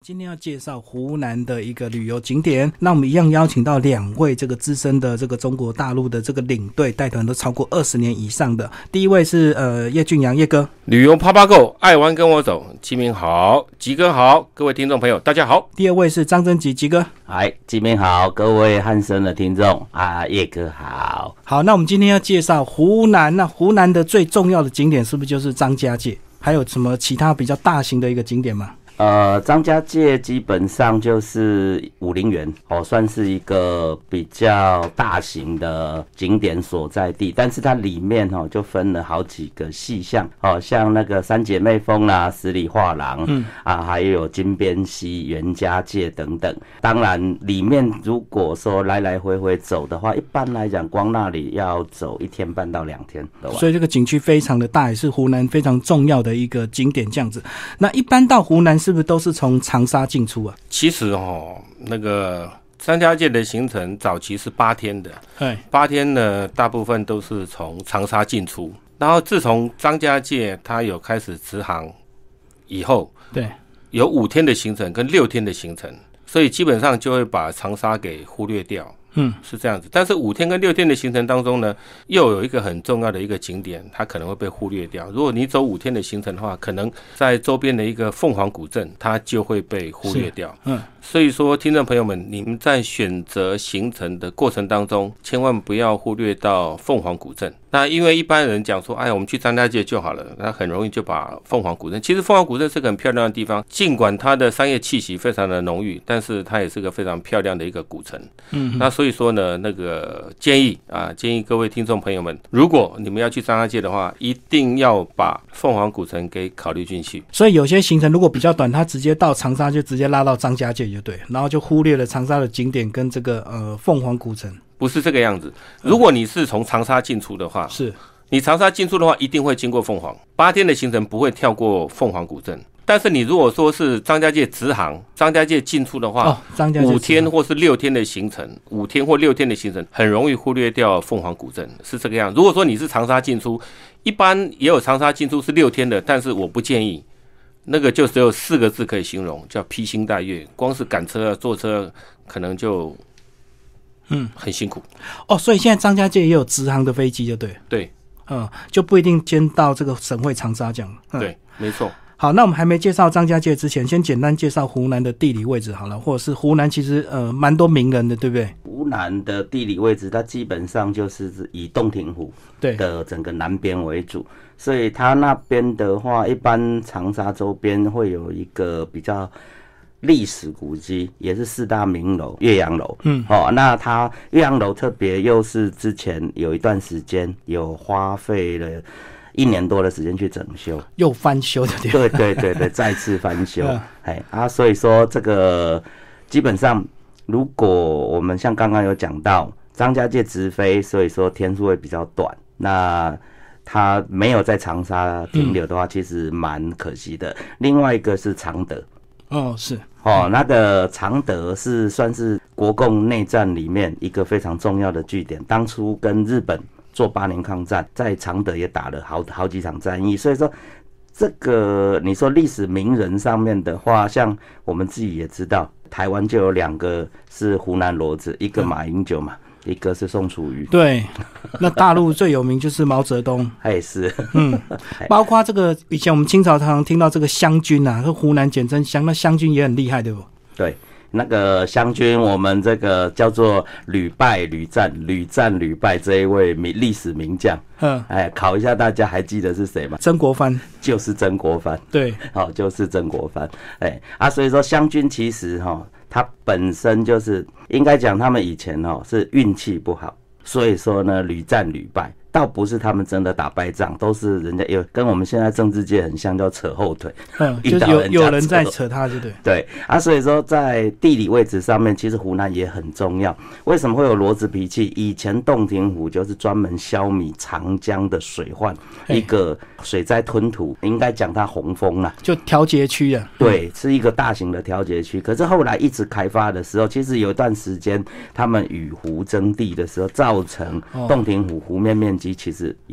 今天要介绍湖南的一个旅游景点，那我们一样邀请到2位这个资深的这个中国大陆的这个领队，带团都超过20年以上的。第一位是叶俊阳叶哥， 旅游啪啪购，爱玩跟我走，齐明好，吉哥好，各位听众朋友大家好。 第二位是张真吉吉哥， 嗨，吉明好，各位汉声的听众啊，叶哥好。 好，那我们今天要介绍湖南，那湖南的最重要的景点是不是就是张家界？还有什么其他比较大型的一个景点吗？ 张家界基本上就是武陵源算是一个比较大型的景点所在地，但是它里面就分了好几个细项像那个三姐妹峰啦、十里画廊还有金边溪、袁家界等等。当然里面如果说来来回回走的话，一般来讲光那里要走1天半到2天的。 所以这个景区非常的大，也是湖南非常重要的一个景点这样子。那一般到湖南是不是都是从长沙进出啊？ 其实那个张家界的行程早期是8天的，8天呢大部分都是从长沙进出，然后自从张家界它有开始直航以后，对，有5天的行程跟6天的行程，所以基本上就会把长沙给忽略掉。是这样子。但是5天跟6天的行程当中呢，又有一个很重要的一个景点，它可能会被忽略掉。如果你走5天的行程的话，可能在周边的一个凤凰古镇，它就会被忽略掉。所以说，听众朋友们，你们在选择行程的过程当中，千万不要忽略到凤凰古镇。那因为一般人讲说，哎，我们去张家界就好了，那很容易就把凤凰古镇。其实凤凰古镇是个很漂亮的地方，尽管它的商业气息非常的浓郁，但是它也是个非常漂亮的一个古城。那所以说呢，那个建议各位听众朋友们，如果你们要去张家界的话，一定要把凤凰古城给考虑进去。 所以有些行程如果比较短，它直接到长沙就直接拉到张家界就对，然后就忽略了长沙的景点跟这个凤凰古城。 不是这个样子。如果你是从长沙进出的话，是你长沙进出的话，一定会经过凤凰。8天的行程不会跳过凤凰古镇。但是你如果说是张家界直航，张家界进出的话，5天或是6天的行程，5天或6天的行程，很容易忽略掉凤凰古镇，是这个样子。如果说你是长沙进出，一般也有长沙进出是6天的，但是我不建议。那个就只有4个字可以形容，叫披星戴月。光是赶车坐车，可能就很辛苦。 所以现在张家界也有直航的飞机就对。 对， 就不一定先到这个省会长沙这样。 对，没错。 好，那我们还没介绍张家界之前，先简单介绍湖南的地理位置好了，或者是湖南其实蛮多名人的，对不对？ 湖南的地理位置，它基本上就是以洞庭湖的整个南边为主，所以它那边的话，一般长沙周边会有一个比较历史古迹，也是4大名楼岳阳楼。那它岳阳楼特别又是之前有一段时间有花费了1年多的时间去整修， 又翻修的地方。 对，再次翻修。所以说这个基本上，如果我们像刚刚有讲到张家界直飞，所以说天数会比较短，那它没有在长沙停留的话，其实蛮可惜的。另外一个是常德。那个常德是算是国共内战里面一个非常重要的据点，当初跟日本做8年抗战，在常德也打了好几场战役，所以说这个你说历史名人上面的话，像我们自己也知道，台湾就有2个是湖南骡子，一个马英九嘛，一个是宋楚瑜。 对，那大陆最有名就是毛泽东。 也是。 包括这个以前我们清朝常常听到这个湘军啊，湖南简称湘，那湘军也很厉害，对不？ 对。那个湘军，我们这个叫做屡败屡战，屡战屡败这一位历史名将，考一下大家还记得是谁吗？ 曾国藩， 就是曾国藩。 对， 就是曾国藩。所以说湘军其实他本身就是应该讲他们以前是运气不好，所以说呢屡战屡败。倒不是他们真的打败仗，都是人家有跟我们现在政治界很像，叫扯后腿。 就是有人在扯他，就对。 对所以说在地理位置上面，其实湖南也很重要。为什么会有骡子脾气？以前洞庭湖就是专门消弭长江的水患，一个水灾吞吐，应该讲它洪峰啦， 就调节区啊。 对，是一个大型的调节区。可是后来一直开发的时候，其实有一段时间他们与湖争地的时候，造成洞庭湖湖面面积其实也是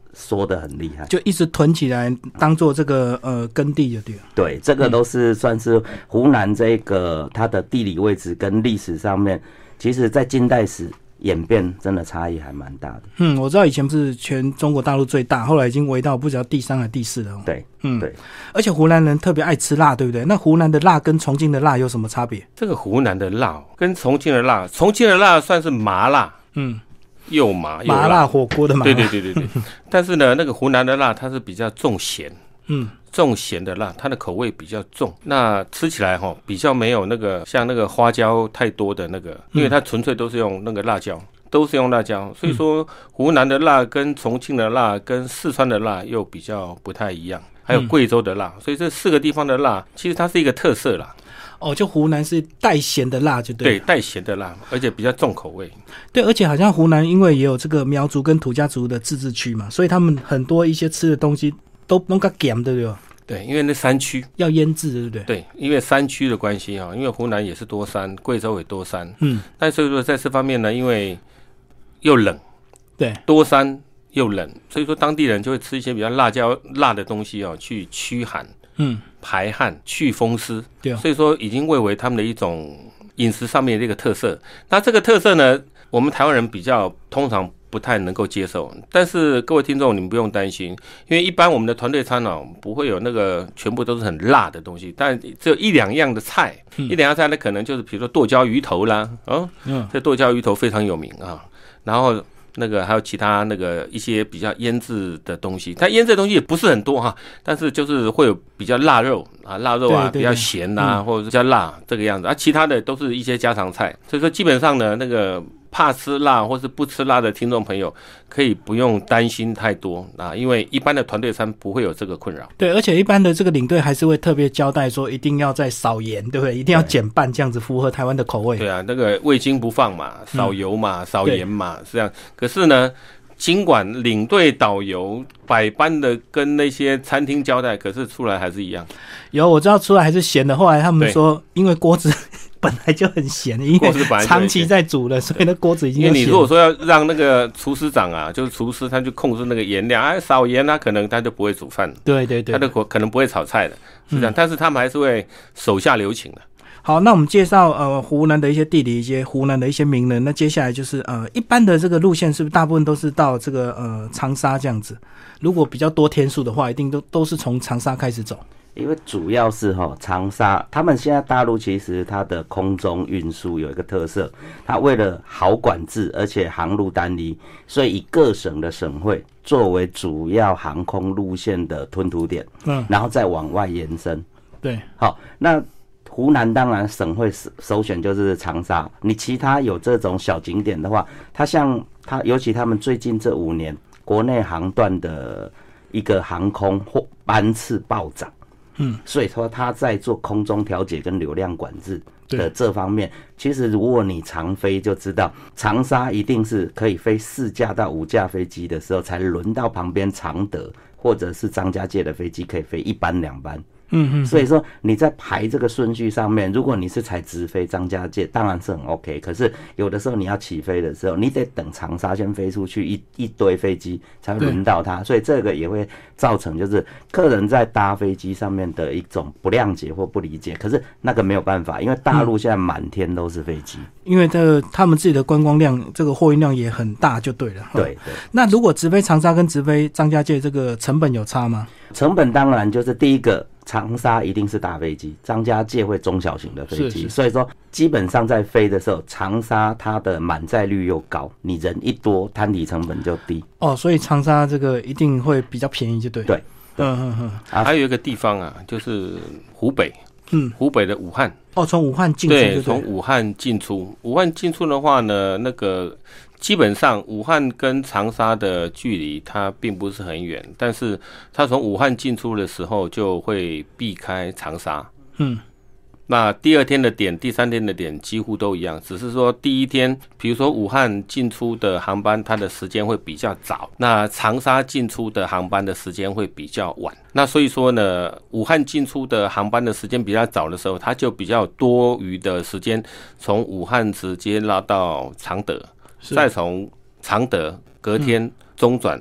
缩得很厉害， 就一直囤起来当做这个耕地就对了。 对，这个都是算是湖南这个它的地理位置跟历史上面，其实在近代史演变真的差异还蛮大的。 我知道以前不是全中国大陆最大，后来已经围到不知道第3还第4了。 对，对。 而且湖南人特别爱吃辣，对不对？那湖南的辣跟重庆的辣有什么差别？ 这个湖南的辣跟重庆的辣，重庆的辣算是麻辣，又麻又辣， 麻辣火锅的麻辣。 对。但是呢，那个湖南的辣它是比较重咸，重咸的辣，它的口味比较重，那吃起来比较没有那个像那个花椒太多的那个，因为它纯粹都是用那个辣椒，所以说湖南的辣跟重庆的辣跟四川的辣又比较不太一样，还有贵州的辣，所以这4个地方的辣其实它是一个特色啦。 就湖南是带咸的辣就对。 对，带咸的辣，而且比较重口味。 对，而且好像湖南因为也有这个苗族跟土家族的自治区嘛，所以他们很多一些吃的东西都弄个咸，对不对？ 对，因为那山区要腌制，对不对？ 对，因为山区的关系因为湖南也是多山，贵州也多山，但所以说在这方面呢，因为又冷， 对， 多山又冷，所以说当地人就会吃一些比较辣的东西去驱寒。排汗去风湿，对，所以说已经蔚为他们的一种饮食上面的一个特色。那这个特色呢，我们台湾人比较通常不太能够接受，但是各位听众你们不用担心，因为一般我们的团队餐不会有那个全部都是很辣的东西，但只有1、2样的菜，1、2样菜呢可能就是比如说剁椒鱼头啦，这剁椒鱼头非常有名啊，然后那个还有其他那个一些比较腌制的东西，它腌制的东西也不是很多但是就是会有比较腊肉啊，比较咸或者是比较辣这个样子其他的都是一些家常菜，所以说基本上呢，那个怕吃辣或是不吃辣的听众朋友可以不用担心太多因为一般的团队餐不会有这个困扰。 对，而且一般的这个领队还是会特别交代说一定要再少盐，对不对？一定要减半，这样子符合台湾的口味。 对啊，那个味精不放嘛，少油嘛，少盐嘛，是这样。可是呢，尽管领队导游百般的跟那些餐厅交代，可是出来还是一样。 有，我知道出来还是咸的。后来他们说，因为锅子本来就很咸，因为长期在煮了，所以那锅子已经因为你如果说要让那个厨师长就是厨师，他就控制那个盐量少盐可能他就不会煮饭。 对，他就可能不会炒菜的，是这样。但是他们还是会手下留情的。 好，那我们介绍湖南的一些地理，一些湖南的一些名人。那接下来就是一般的这个路线是不是大部分都是到这个长沙这样子？如果比较多天数的话，一定都是从长沙开始走。 因为主要是长沙，他们现在大陆其实它的空中运输有一个特色，它为了好管制，而且航路单一，所以以各省的省会作为主要航空路线的吞吐点，然后再往外延伸。 对， 好，那湖南当然省会首选就是长沙，你其他有这种小景点的话，尤其他们最近这5年国内航段的一个航空或班次暴涨。所以说他在做空中调节跟流量管制的这方面，其实如果你常飞就知道，长沙一定是可以飞4架到5架飞机的时候，才轮到旁边常德或者是张家界的飞机可以飞1班2班。所以说你在排这个顺序上面，如果你是采直飞张家界，当然是很 OK。可是有的时候你要起飞的时候，你得等长沙先飞出去一堆飞机才会轮到它，所以这个也会造成就是客人在搭飞机上面的一种不谅解或不理解。可是那个没有办法，因为大陆现在满天都是飞机， 因为他们自己的观光量，这个货运量也很大，就对了。 对。 那如果直飞长沙跟直飞张家界，这个成本有差吗？ 成本当然就是第一个。长沙一定是大飞机，张家界会中小型的飞机，所以说基本上在飞的时候，长沙它的满载率又高，你人一多，摊底成本就低。 所以长沙这个一定会比较便宜，就对。 对， 还有一个地方就是湖北，湖北的武汉。 从武汉进出对，从武汉进出。武汉进出的话呢，那个基本上武汉跟长沙的距离它并不是很远，但是它从武汉进出的时候就会避开长沙。那第2天的点、第3天的点几乎都一样，只是说第1天，比如说武汉进出的航班，它的时间会比较早，那长沙进出的航班的时间会比较晚。那所以说呢，武汉进出的航班的时间比较早的时候，它就比较多余的时间从武汉直接拉到常德，再从常德隔天中转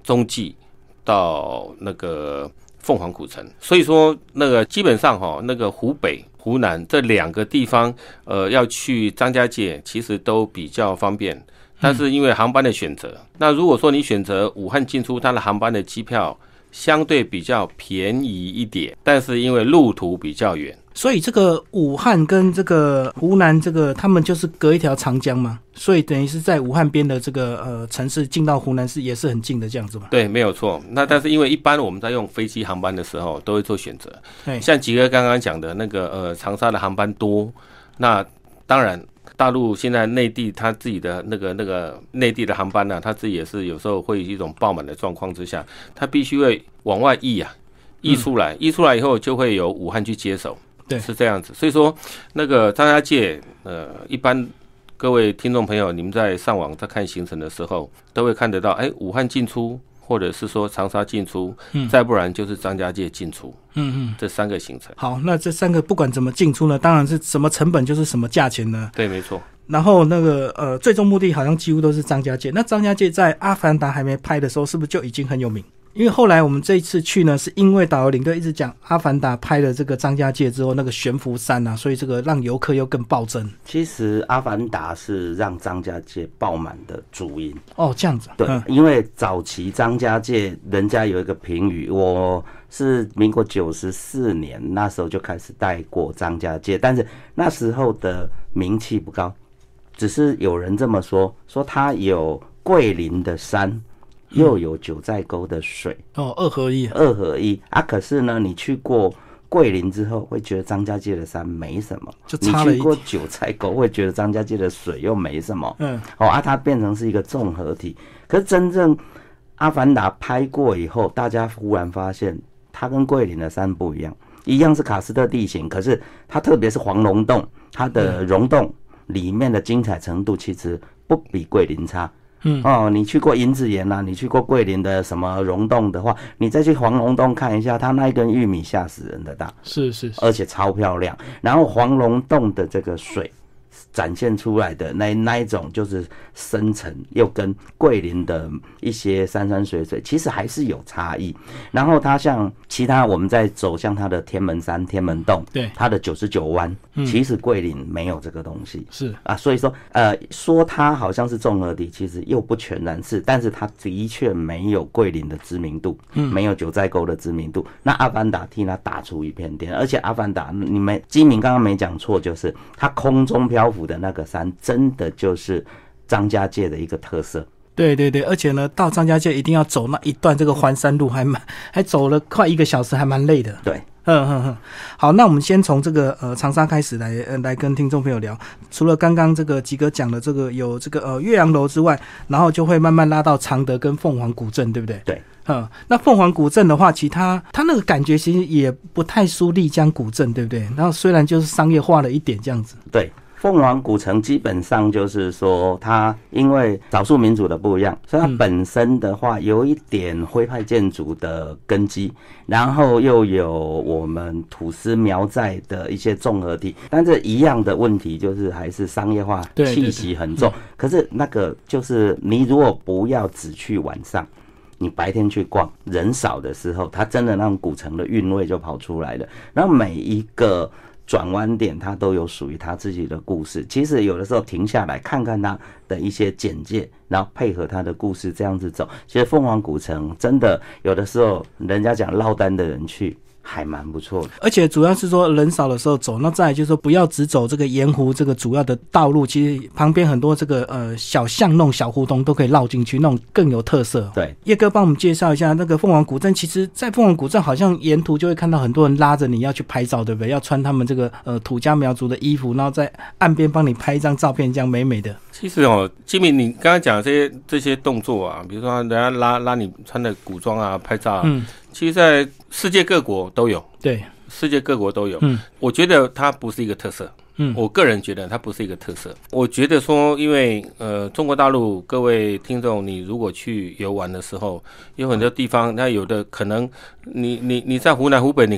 中继到那个凤凰古城，所以说那个基本上那个湖北、湖南这2个地方，要去张家界其实都比较方便，但是因为航班的选择，那如果说你选择武汉进出，它的航班的机票相对比较便宜一点，但是因为路途比较远。 所以这个武汉跟这个湖南这个他们就是隔一条长江嘛，所以等于是在武汉边的这个城市进到湖南是也是很近的这样子嘛。 对，没有错。那但是因为一般我们在用飞机航班的时候都会做选择，像吉哥刚刚讲的那个长沙的航班多，那当然大陆现在内地他自己的那个内地的航班呢，他自己也是有时候会一种爆满的状况之下，他必须会往外溢出来，溢出来以后就会由武汉去接手。对，是这样子。所以说，那个张家界，一般各位听众朋友，你们在上网在看行程的时候，都会看得到，武汉进出，或者是说长沙进出，再不然就是张家界进出，这3个行程。 好，那这3个不管怎么进出呢，当然是什么成本就是什么价钱呢？ 对，没错。 然后那个最终目的好像几乎都是张家界。那张家界在《阿凡达》还没拍的时候，是不是就已经很有名？因为后来我们这一次去呢，是因为导游领队一直讲阿凡达拍了这个张家界之后那个悬浮山啊，所以这个让游客又更暴增。 其实阿凡达是让张家界爆满的主因。 哦，这样子。 对，因为早期张家界人家有一个评语，我是民国94年那时候就开始带过张家界，但是那时候的名气不高，只是有人这么说它有桂林的山，又有九寨沟的水， 二合一啊！可是呢，你去过桂林之后，会觉得张家界的山没什么； 就差了一点。 你去过九寨沟，会觉得张家界的水又没什么。它变成是一个综合体。可是真正阿凡达拍过以后，大家忽然发现，它跟桂林的山不一样，一样是喀斯特地形，可是它特别是黄龙洞，它的溶洞里面的精彩程度其实不比桂林差。你去过银子岩你去过桂林的什么溶洞的话，你再去黄龙洞看一下，它那一根玉米吓死人的大， 是， 而且超漂亮。然后黄龙洞的这个水展现出来的那一种就是深沉，又跟桂林的一些山山水水其实还是有差异。然后它像其他我们在走向它的天门山、天门洞， 对它的99湾，其实桂林没有这个东西， 是所以说说它好像是综合体，其实又不全然是，但是它的确没有桂林的知名度，没有九寨沟的知名度。那阿凡达替它打出一片天，而且阿凡达你们基民刚刚没讲错，就是它空中漂浮的那个山，真的就是张家界的一个特色。 对，而且呢，到张家界一定要走那一段这个环山路，还走了快1个小时，还蛮累的。 对， 好，那我们先从这个长沙开始来跟听众朋友聊。除了刚刚这个吉哥讲的这个有这个岳阳楼之外，然后就会慢慢拉到常德跟凤凰古镇，对不对？ 对。 那凤凰古镇的话，其他它那个感觉其实也不太输丽江古镇，对不对？然后虽然就是商业化了一点这样子。 对。凤凰古城基本上就是说，它因为少数民族的不一样，所以它本身的话有一点徽派建筑的根基，然后又有我们土司苗寨的一些综合体，但是一样的问题就是还是商业化气息很重。可是那个就是你如果不要只去晚上，你白天去逛，人少的时候，它真的让古城的韵味就跑出来了。然后每一个转弯点它都有属于它自己的故事，其实有的时候停下来看看它的一些简介，然后配合它的故事这样子走，其实凤凰古城真的有的时候人家讲落单的人去还蛮不错的。 而且主要是说人少的时候走，那再来就是说不要只走这个盐湖这个主要的道路，其实旁边很多这个小巷弄小胡同都可以绕进去，那种更有特色。 对， 叶哥帮我们介绍一下那个凤凰古镇。其实在凤凰古镇好像沿途就会看到很多人拉着你要去拍照，对不对？要穿他们这个土家苗族的衣服，然后在岸边帮你拍一张照片，这样美美的。 其实基民你刚刚讲的这些动作啊，比如说人家拉你穿的古装啊拍照啊，其实在世界各国都有。 对， 世界各国都有。我觉得它不是一个特色。我个人觉得它不是一个特色。我觉得说，因为中国大陆各位听众，你如果去游玩的时候，有很多地方，那有的可能你在湖南湖北，你可以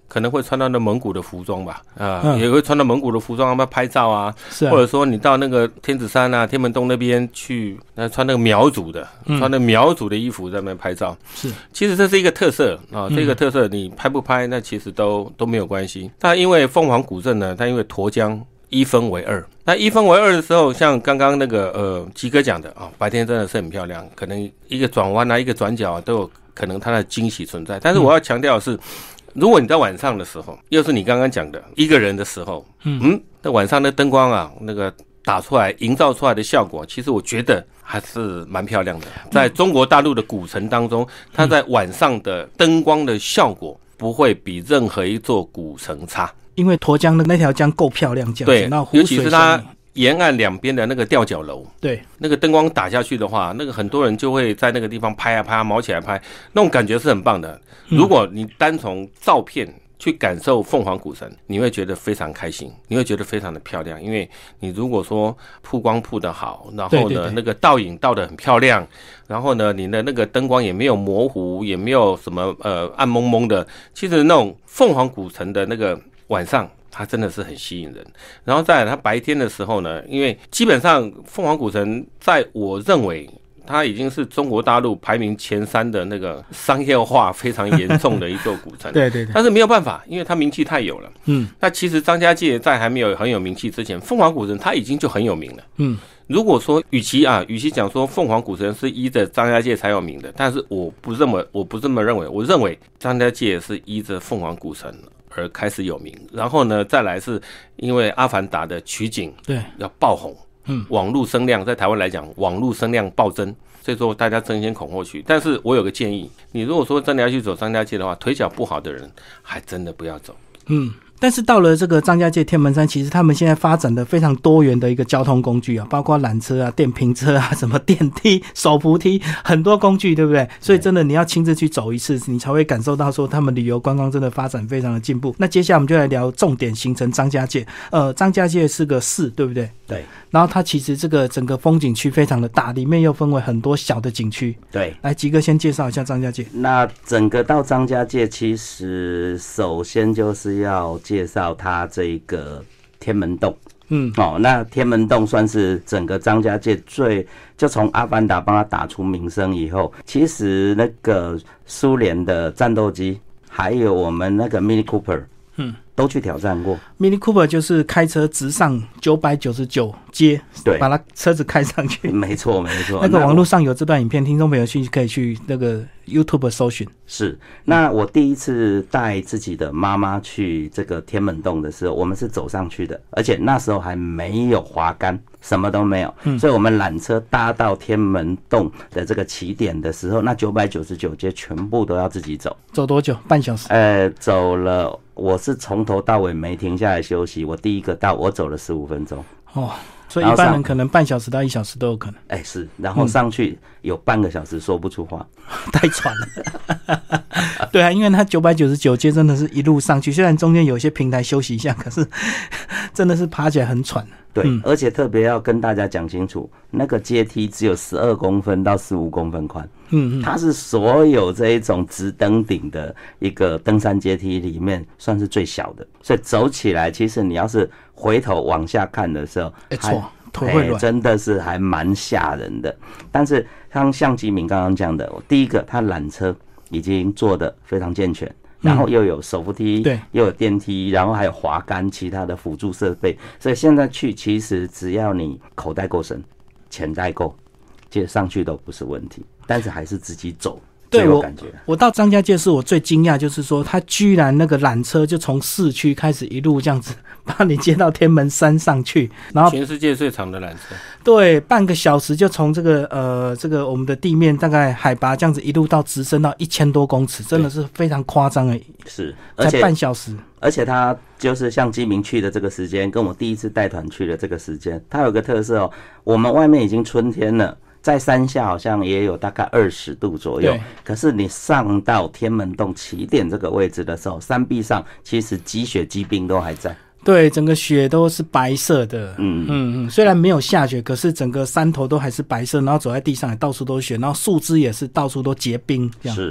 可能会穿到那蒙古的服装吧，也会穿到蒙古的服装拍照啊， 是啊， 或者说你到那个天子山啊、天门洞那边去，穿那个苗族的，穿那苗族的衣服在那边拍照。 是， 其实这是一个特色啊，这个特色你拍不拍，那其实都没有关系。但因为凤凰古镇呢，它因为沱江一分为二，那一分为二的时候，像刚刚那个吉哥讲的啊，白天真的是很漂亮，可能一个转弯啊，一个转角啊，都有可能它的惊喜存在。但是我要强调的是，如果你在晚上的时候，又是你刚刚讲的一个人的时候，那晚上的灯光啊，那个打出来、营造出来的效果，其实我觉得还是蛮漂亮的。在中国大陆的古城当中，它在晚上的灯光的效果不会比任何一座古城差， 因为沱江的那条江够漂亮，这样子。 对， 然后湖水尤其是它沿岸两边的那个吊脚楼， 对， 那个灯光打下去的话，那个很多人就会在那个地方拍啊拍啊，毛起来拍，那种感觉是很棒的。如果你单从照片去感受凤凰古城，你会觉得非常开心，你会觉得非常的漂亮，因为你如果说曝光曝得好，然后呢那个倒影倒得很漂亮，然后呢你的那个灯光也没有模糊，也没有什么暗蒙蒙的，其实那种凤凰古城的那个晚上它真的是很吸引人。然后再来它白天的时候呢，因为基本上凤凰古城在我认为它已经是中国大陆排名前3的那个商业化非常严重的一座古城。 对对对。 但是没有办法，因为它名气太有了。那其实张家界在还没有很有名气之前，凤凰古城它已经就很有名了。如果说与其讲说凤凰古城是依着张家界才有名的，但是我不这么认为。我认为张家界是依着凤凰古城而开始有名。然后呢，再来是因为阿凡达的取景对要爆红。网络声量在台湾来讲，网络声量暴增，所以说大家争先恐后去。但是我有个建议，你如果说真的要去走张家界的话，腿脚不好的人还真的不要走。 但是到了这个张家界天门山，其实他们现在发展的非常多元的一个交通工具啊，包括缆车啊、电瓶车啊、什么电梯、手扶梯，很多工具，对不对？所以真的你要亲自去走一次，你才会感受到说他们旅游观光真的发展非常的进步。那接下来我们就来聊重点行程张家界。张家界是个市，对不对？ 对。 然后它其实这个整个风景区非常的大，里面又分为很多小的景区。 对。来， 吉哥先介绍一下张家界。 那整个到张家界，其实首先就是要介绍它这个天门洞。那天门洞算是整个张家界就从阿凡达帮他打出名声以后，其实那个苏联的战斗机，还有我们那个 Mini Cooper，都去挑战过。 Mini Cooper 就是开车直上999阶，对，把它车子开上去。 没错。 那个网络上有这段影片，听众朋友可以去那个 YouTube 搜寻。 是，那我第一次带自己的妈妈去这个天门洞的时候，我们是走上去的，而且那时候还没有滑竿，什么都没有，所以我们缆车搭到天门洞的这个起点的时候，那999阶全部都要自己走。 走多久？半小时？ 走了，我是从头到尾没停下来休息。我第一个到，我走了15分钟。 所以一般人可能半小时到1小时都有可能。 是，然后上去有半个小时说不出话， 太喘了。对啊，因为它999阶真的是一路上去，虽然中间有些平台休息一下，可是真的是爬起来很喘。 对，而且特别要跟大家讲清楚，那个阶梯只有12公分到15公分宽。它是所有这一种直登顶的一个登山阶梯里面算是最小的，所以走起来其实你要是回头往下看的时候， 腿会软， 真的是还蛮吓人的。但是像吉敏刚刚讲的，第一个它缆车已经做得非常健全，然后又有手扶梯，对，又有电梯，然后还有滑竿，其他的辅助设备，所以现在去其实只要你口袋够深，钱袋够，其实上去都不是问题，但是还是自己走。对， 我到张家界是我最惊讶，就是说他居然那个缆车就从市区开始一路这样子把你接到天门山上去，然后全世界最长的缆车，对， 半个小时就从这个我们的地面大概海拔这样子一路到直升到1000多公尺，真的是非常夸张而已。 是， 才半小时， 而且他就是像基民去的这个时间，跟我第一次带团去的这个时间，它有个特色我们外面已经春天了。在山下好像也有大概20度左右，可是你上到天门洞起点这个位置的时候，山壁上其实积雪积冰都还在。 对，整个雪都是白色的。虽然没有下雪，可是整个山头都还是白色，然后走在地上也到处都是雪，然后树枝也是到处都结冰这样。 是。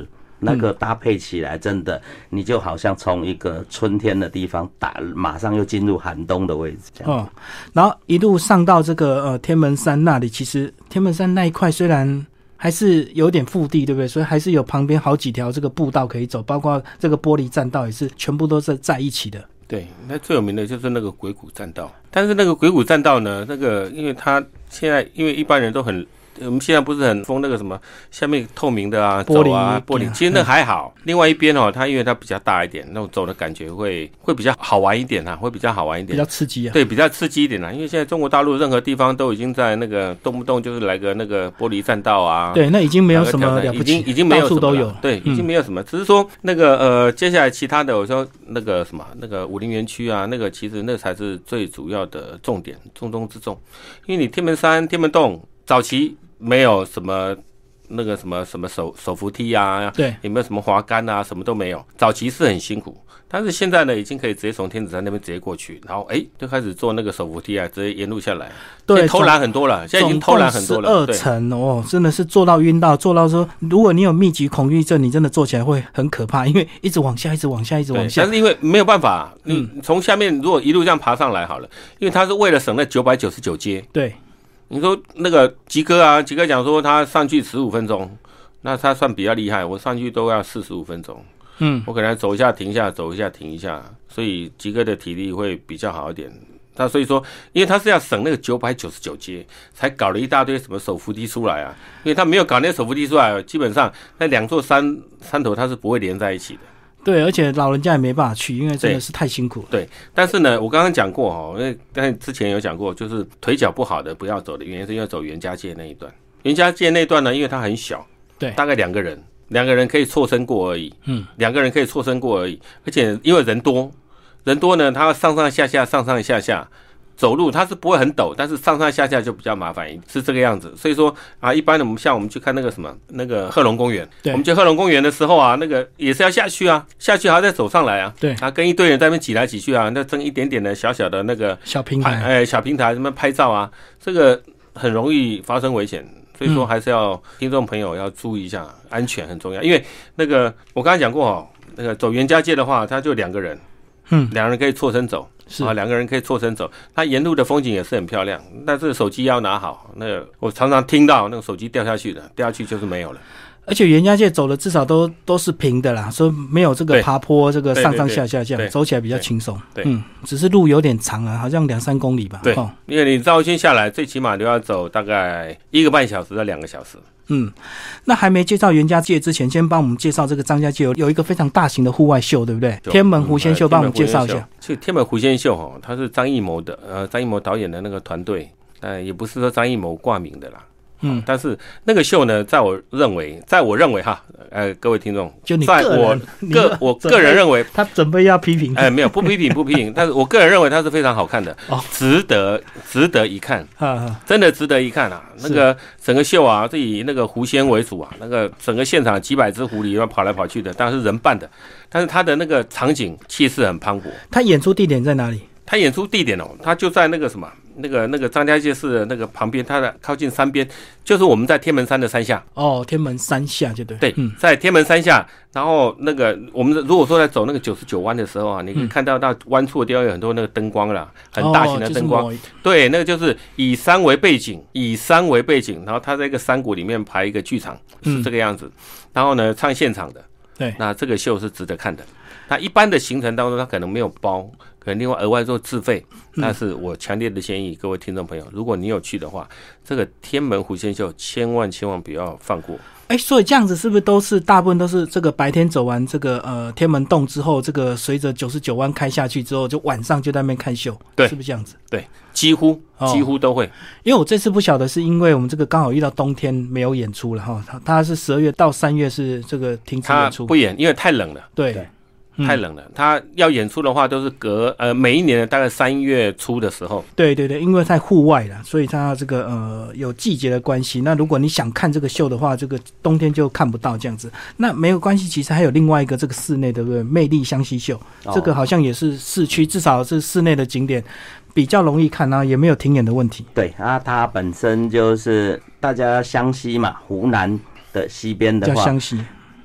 那个搭配起来真的，你就好像从一个春天的地方马上又进入寒冬的位置这样。 然后一路上到这个天门山那里，其实天门山那一块虽然还是有点腹地，对不对？所以还是有旁边好几条这个步道可以走，包括这个玻璃栈道也是全部都是在一起的。 对，那最有名的就是那个鬼谷栈道，但是那个鬼谷栈道呢，那个因为它现在因为一般人都很。我们现在不是很封那个什么下面透明的啊， 玻璃走啊，玻璃，其实那还好。另外一边它因为它比较大一点，那种走的感觉会比较好玩一点啊，会比较好玩一点， 比较刺激啊。 对，比较刺激一点啊。因为现在中国大陆任何地方都已经在那个动不动就是来个那个玻璃栈道啊。 对，那已经没有什么了不起， 已经没有什么了， 到处都有。 对，已经没有什么，只是说那个接下来其他的，我说那个什么那个武陵园区啊，那个其实那才是最主要的重点，重中之重。因为你天门山、天门洞早期。没有什么那个什么手扶梯啊， 对， 有没有什么滑竿啊，什么都没有。早期是很辛苦，但是现在呢，已经可以直接从天子山那边直接过去，然后就开始做那个手扶梯啊，直接沿路下来。 对， 偷懒很多了，现在已经偷懒很多了。 12层哦，真的是做到晕到，做到说，如果你有密集恐惧症，你真的做起来会很可怕，因为一直往下，一直往下，一直往下。 但是因为没有办法，你从下面如果一路这样爬上来好了，因为它是为了省那999阶。 对。 你说那个吉哥啊，吉哥讲说他上去15分钟，那他算比较厉害，我上去都要45分钟。我可能走一下停一下，走一下停一下，所以吉哥的体力会比较好一点。那所以说，因为他是要省那个999阶，才搞了一大堆什么手扶梯出来啊。因为他没有搞那个手扶梯出来，基本上那两座山头它是不会连在一起的。 对，而且老人家也没办法去，因为真的是太辛苦了。 对，但是呢，我刚刚讲过因为刚才之前有讲过，就是腿脚不好的不要走的原因是因为走袁家界那一段。袁家界那段呢，因为它很小， 对， 大概两个人可以错身过而已。2个人可以错身过而已，而且因为人多呢，他上上下下。走路它是不会很陡，但是上上下下就比较麻烦，是这个样子。所以说啊，一般的我们去看那个什么那个贺龙公园，我们去贺龙公园的时候啊，那个也是要下去啊，下去还要再走上来啊， 对， 跟一堆人在那边挤来挤去啊，那争一点点的小小的那个小平台， 小平台什么拍照啊，这个很容易发生危险。所以说还是要听众朋友要注意一下，安全很重要。因为那个我刚才讲过那个走袁家界的话，他就2个人，2个人可以错身走。2个人可以错身走，它沿路的风景也是很漂亮，但是手机要拿好。那个我常常听到那个手机掉下去就是没有了。 而且袁家界走的至少都是平的啦，所以没有这个爬坡，这个上上下下这样走起来比较轻松。只是路有点长啊，好像2-3公里吧。 对，因为你绕一圈下来，最起码都要走大概1个半小时到2个小时。 那还没介绍袁家界之前，先帮我们介绍这个张家界有一个非常大型的户外秀，对不对？天门狐仙秀，帮我们介绍一下。 其实天门狐仙秀它是张艺谋的张艺谋导演的那个团队，也不是说张艺谋挂名的啦。但是那个秀呢，在我认为哈，各位听众， 就你我个人认为， 他准备要批评， 没有不批评，但是我个人认为它是非常好看的，值得一看，真的值得一看啊！那个整个秀啊，是以那个狐仙为主啊，那个整个现场几百只狐狸跑来跑去的，当然是人扮的，但是它的那个场景气势很磅礴。 他演出地点在哪里？ 他演出地点他就在那个什么。那个张家界市的那个旁边，它的靠近山边，就是我们在天门山的山下。 天门山下就对。 对，在天门山下，然后那个我们如果说在走那个99弯的时候啊，你可以看到弯处的地方有很多那个灯光啦，很大型的灯光。对，那个就是以山为背景，然后它在一个山谷里面排一个剧场，是这个样子。然后呢，唱现场的。 对， 那这个秀是值得看的。那一般的行程当中，它可能没有包。可能另外额外做自费，但是我强烈的建议各位听众朋友，如果你有去的话，这个天门狐仙秀千万不要放过。 所以这样子是不是大部分都是这个白天走完这个天门洞之后，这个随着99弯开下去之后，就晚上就在那边看秀， 对， 是不是这样子？ 对，几乎都会。因为我这次不晓得是因为我们这个刚好遇到冬天没有演出了哈，它是12月到3月是这个停止演出， 它不演，因为太冷了。 对。 太冷了，他要演出的话都是每一年的大概3月初的时候。 对，因为在户外啦，所以它这个有季节的关系。那如果你想看这个秀的话，这个冬天就看不到这样子。那没有关系，其实还有另外一个这个室内对不对？魅力湘西秀，这个好像也是市区，至少是室内的景点比较容易看啊，也没有停演的问题。 对啊，它本身就是大家湘西嘛，湖南的西边的话， 叫湘西。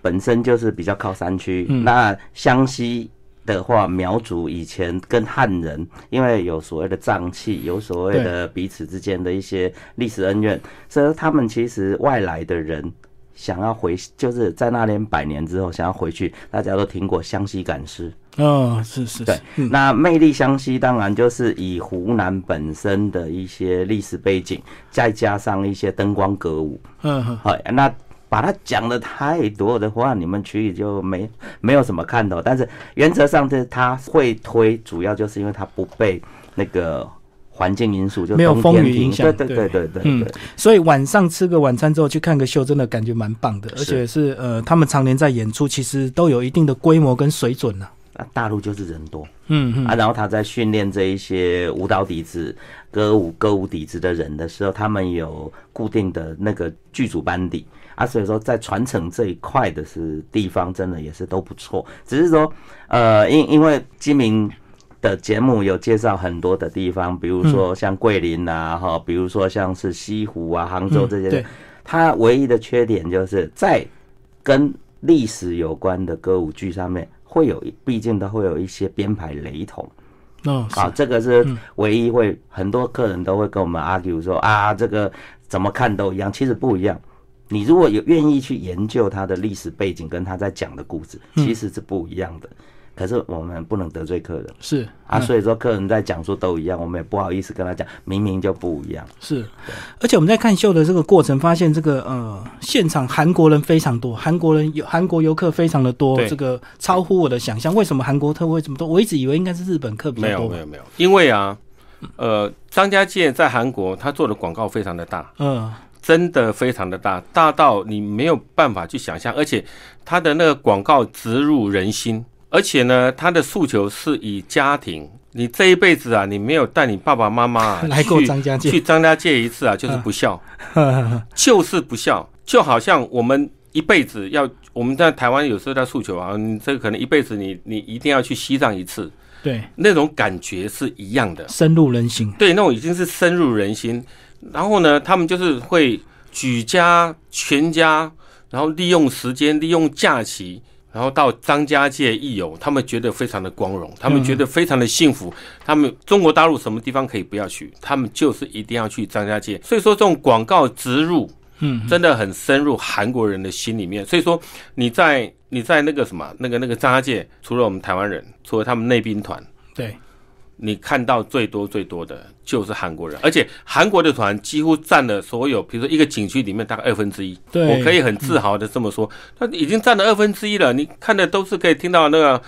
本身就是比较靠山区，那湘西的话，苗族以前跟汉人，因为有所谓的瘴气，有所谓的彼此之间的一些历史恩怨，所以他们其实外来的人想要回，就是在那边100年之后想要回去，大家都听过湘西赶尸。 是， 对。那魅力湘西当然就是以湖南本身的一些历史背景，再加上一些灯光歌舞，那把它讲的太多的话，你们去就没有什么看头。但是原则上，它会推，主要就是因为它不被那个环境因素，就没有风雨影响。 对。 所以晚上吃个晚餐之后去看个秀，真的感觉蛮棒的，而且是他们常年在演出，其实都有一定的规模跟水准了。 大陆就是人多，然后他在训练这一些舞蹈底子、歌舞底子的人的时候，他们有固定的那个剧组班底。所以说在传承这一块的地方真的也是都不错，只是说因为金明的节目有介绍很多的地方，比如说像桂林啊，比如说像是西湖啊、杭州这些，它唯一的缺点就是在跟历史有关的歌舞剧上面毕竟都会有一些编排雷同。这个是唯一会很多客人都会跟我们 argue 说这个怎么看都一样，其实不一样。你如果有愿意去研究他的历史背景跟他在讲的故事，其实是不一样的。可是我们不能得罪客人， 是所以说客人在讲说都一样，我们也不好意思跟他讲明明就不一样。 是，而且我们在看秀的这个过程，发现这个现场韩国人非常多，韩国游客非常的多，这个超乎我的想象。为什么韩国特会这么多？我一直以为应该是日本客比较多。 没有，因为张家界在韩国他做的广告非常的大，真的非常的大到你没有办法去想象，而且他的那个广告植入人心，而且呢，他的诉求是以家庭，你这一辈子你没有带你爸爸妈妈来过张家界， 去张家界一次就是不孝，就是不孝，就好像我们一辈子我们在台湾有时候在诉求你这个可能一辈子你一定要去西藏一次， 对， 那种感觉是一样的， 深入人心， 对，那种已经是深入人心。然后呢，他们就是会举家全家，然后利用时间，利用假期，然后到张家界一游，他们觉得非常的光荣，他们觉得非常的幸福。他们中国大陆什么地方可以不要去，他们就是一定要去张家界。所以说这种广告植入，真的很深入韩国人的心里面。所以说你在那个什么那个张家界，除了我们台湾人，除了他们内宾团， 对。 你看到最多的就是韩国人，而且韩国的团几乎占了所有，比如说一个景区里面大概1/2，我可以很自豪的这么说，他已经占了1/2了。你看的都是可以听到那个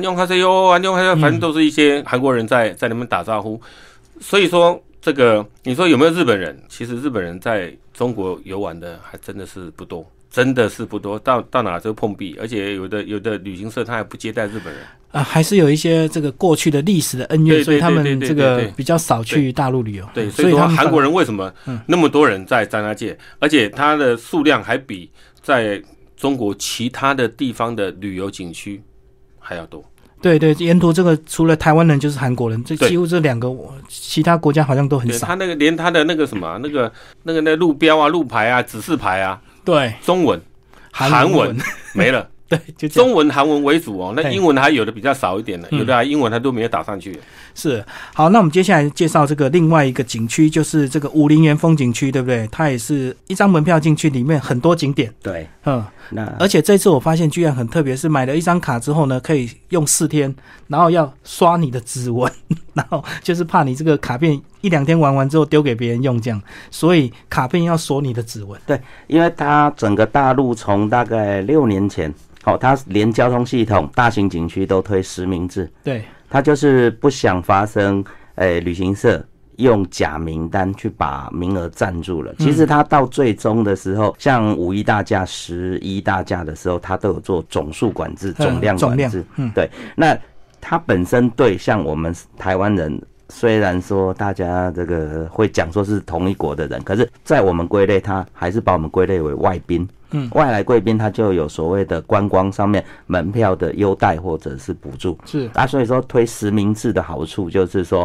안녕하세요，反正都是一些韩国人在那边打招呼。所以说这个你说有没有日本人？其实日本人在中国游玩的还真的是不多。真的是不多，到哪都碰壁，而且有的旅行社他还不接待日本人还是有一些这个过去的历史的恩怨，所以他们这个比较少去大陆旅游。 对，所以说韩国人为什么那么多人在张家界，而且他的数量还比在中国其他的地方的旅游景区还要多。 对，沿途这个除了台湾人就是韩国人，这几乎这两个其他国家好像都很少。 他那个连他的那个什么那个路标啊、路牌啊、指示牌啊。 对， 中文、韩文没了， 对，就中文、韩文为主那英文还有的比较少一点的，有的英文它都没有打上去。 是，好，那我们接下来介绍这个另外一个景区，就是这个武陵源风景区，对不对？它也是一张门票进去，里面很多景点。 对， 而且这次我发现居然很特别，是买了一张卡之后呢，可以用4天，然后要刷你的指纹，然后就是怕你这个卡片1-2天玩完之后丢给别人用这样，所以卡片要锁你的指纹。 对，因为它整个大陆从大概6年前，它连交通系统、大型景区都推实名制。 对， 它就是不想发生旅行社用假名单去把名额占住了。其实他到最终的时候，像5一大假、11大假的时候，他都有做总数管制、总量管制。对，那他本身对像我们台湾人，虽然说大家这个会讲说是同一国的人，可是在我们归类，他还是把我们归类为外宾。外来贵宾他就有所谓的观光上面门票的优待或者是补助。 是所以说推实名制的好处就是说，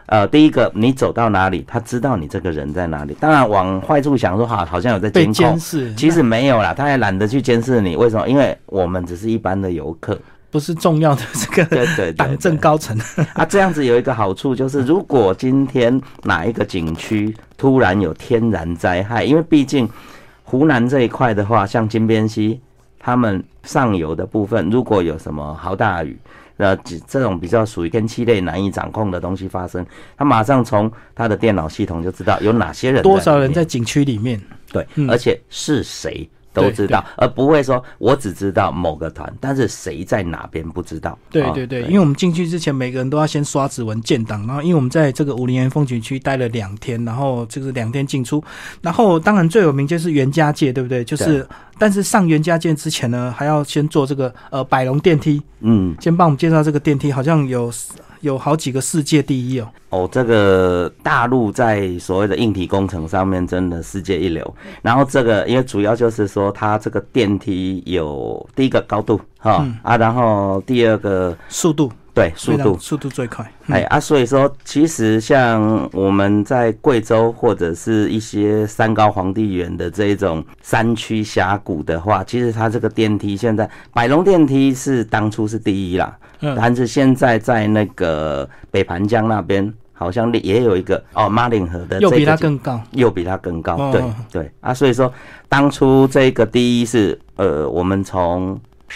第一个你走到哪里，他知道你这个人在哪里。当然往坏处想说，好像有在监控，其实没有啦，他也懒得去监视你。为什么？因为我们只是一般的游客， 不是重要的这个党政高层啊。这样子有一个好处就是，如果今天哪一个景区突然有天然灾害，因为毕竟湖南这一块的话，像金边溪他们上游的部分，如果有什么豪大雨，这种比较属于天气类难以掌控的东西发生，他马上从他的电脑系统就知道有哪些人， 多少人在景区里面， 对，而且是谁都知道，而不会说我只知道某个团，但是谁在哪边不知道。 对，因为我们进去之前，每个人都要先刷指纹建档，然后因为我们在这个武陵源风景区待了2天，然后这个2天进出，然后当然最有名就是袁家界，对不对？就是，但是上袁家界之前呢，还要先坐这个百龙电梯，先帮我们介绍这个电梯，好像有好几个世界第一哦， 这个大陆在所谓的硬体工程上面真的世界一流。然后这个因为主要就是说，它这个电梯有第一个高度然后第二个速度， 对，速度最快。 所以说其实像我们在贵州或者是一些山高皇帝远的这种山区峡谷的话，其实它这个电梯现在百龙电梯是当初是第一啦，但是现在在那个北盘江那边好像也有一个马岭河的， 又比它更高， 对所以说当初这个第一是我们从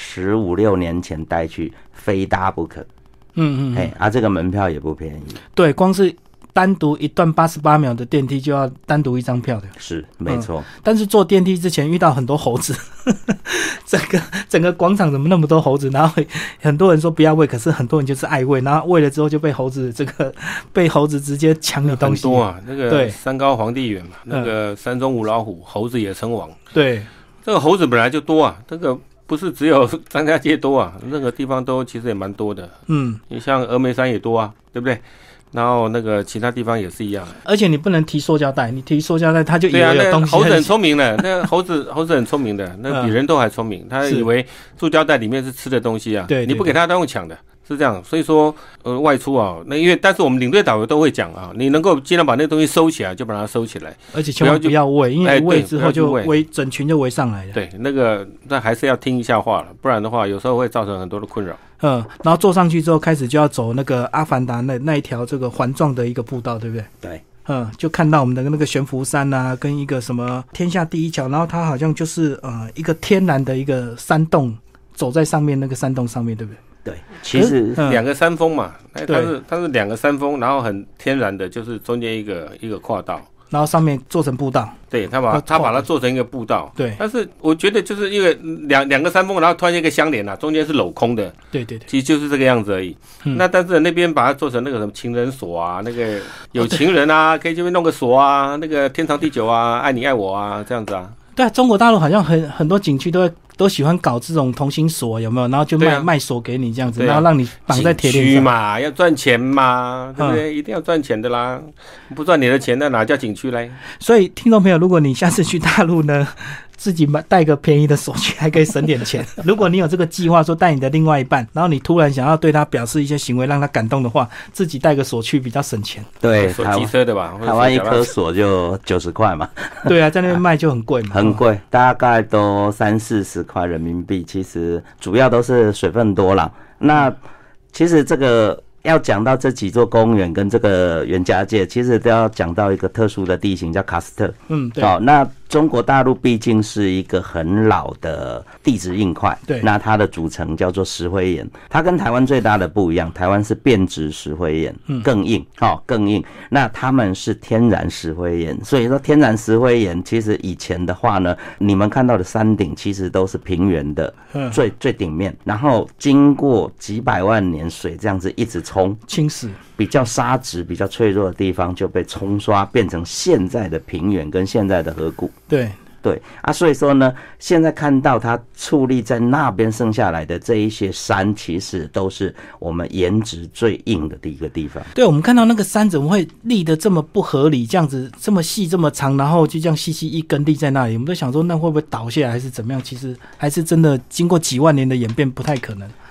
15、16年前带去，非搭不可。这个门票也不便宜。 对，光是单独一段88秒的电梯就要单独1张票的， 是没错。 但是坐电梯之前遇到很多猴子，整个广场怎么那么多猴子？然后很多人说不要喂，可是很多人就是爱喂，然后喂了之后就被猴子直接抢你东西。 很多啊，那个山高皇帝远嘛，那个山中无老虎，猴子也称王。 对， 这个猴子本来就多啊，这个不是只有张家界多啊，那个地方都其实也蛮多的。你像峨眉山也多啊，对不对？然后那个其他地方也是一样， 而且你不能提塑胶袋，你提塑胶袋它就以为有东西。 猴子很聪明的，那个猴子很聪明的，那比人都还聪明，他以为塑胶袋里面是吃的东西啊， 对， 你不给他，他用抢的。是这样，所以说外出啊，那因为但是我们领队导游都会讲啊，你能够尽量把那东西收起来，就把它收起来， 而且千万不要喂，因为喂之后就整群就围上来了。 对，那还是要听一下话了，不然的话有时候会造成很多的困扰。 然后坐上去之后开始就要走那个阿凡达那一条这个环状的一个步道，对不对？ 对。 就看到我们的那个悬浮山啊，跟一个什么天下第一桥，然后它好像就是一个天然的一个山洞，走在上面那个山洞上面，对不对？ 对，其实 2个山峰嘛，它是2个山峰，然后很天然的，就是中间一个跨道， 然后上面做成步道。 对，他把它做成一个步道。 对， 但是我觉得就是因为两个山峰，然后突然间一个相连中间是镂空的。 对， 其实就是这个样子而已。那但是那边把它做成那个什么情人锁啊，那个有情人啊，可以这边弄个锁啊，那个天长地久啊，爱你爱我啊，这样子啊。 对啊，中国大陆好像很多景区都喜欢搞这种同心锁，有没有？然后就卖锁给你这样子，然后让你绑在铁链上。景区嘛，要赚钱嘛，对不对？一定要赚钱的啦，不赚你的钱，那哪叫景区嘞？ 所以听众朋友，如果你下次去大陆呢，自己带个便宜的锁去，还可以省点钱。如果你有这个计划，说带你的另外一半，然后你突然想要对他表示一些行为，让他感动的话，自己带个锁去比较省钱。 对， 锁机车的吧？ 台湾一颗锁就90块嘛。 对啊，在那边卖就很贵嘛。 很贵，大概都30-40块人民币。其实主要都是水分多啦。那其实这个要讲到这几座公园跟这个袁家界，其实都要讲到一个特殊的地形，叫喀斯特。 对。 那中国大陆毕竟是一个很老的地质硬块， 对， 那它的组成叫做石灰岩，它跟台湾最大的不一样，台湾是变质石灰岩，更硬，更硬。那他们是天然石灰岩，所以说天然石灰岩其实以前的话呢，你们看到的山顶其实都是平原的，最顶面，然后经过几百万年水这样子一直侵蚀， 比较沙质比较脆弱的地方就被冲刷变成现在的平原跟现在的河谷。对啊，所以说呢，现在看到它矗立在那边剩下来的这一些山，其实都是我们岩质最硬的一个地方。 对，我们看到那个山怎么会立得这么不合理，这样子这么细这么长，然后就这样细细一根立在那里，我们都想说那会不会倒下来还是怎么样？其实还是真的经过几万年的演变，不太可能。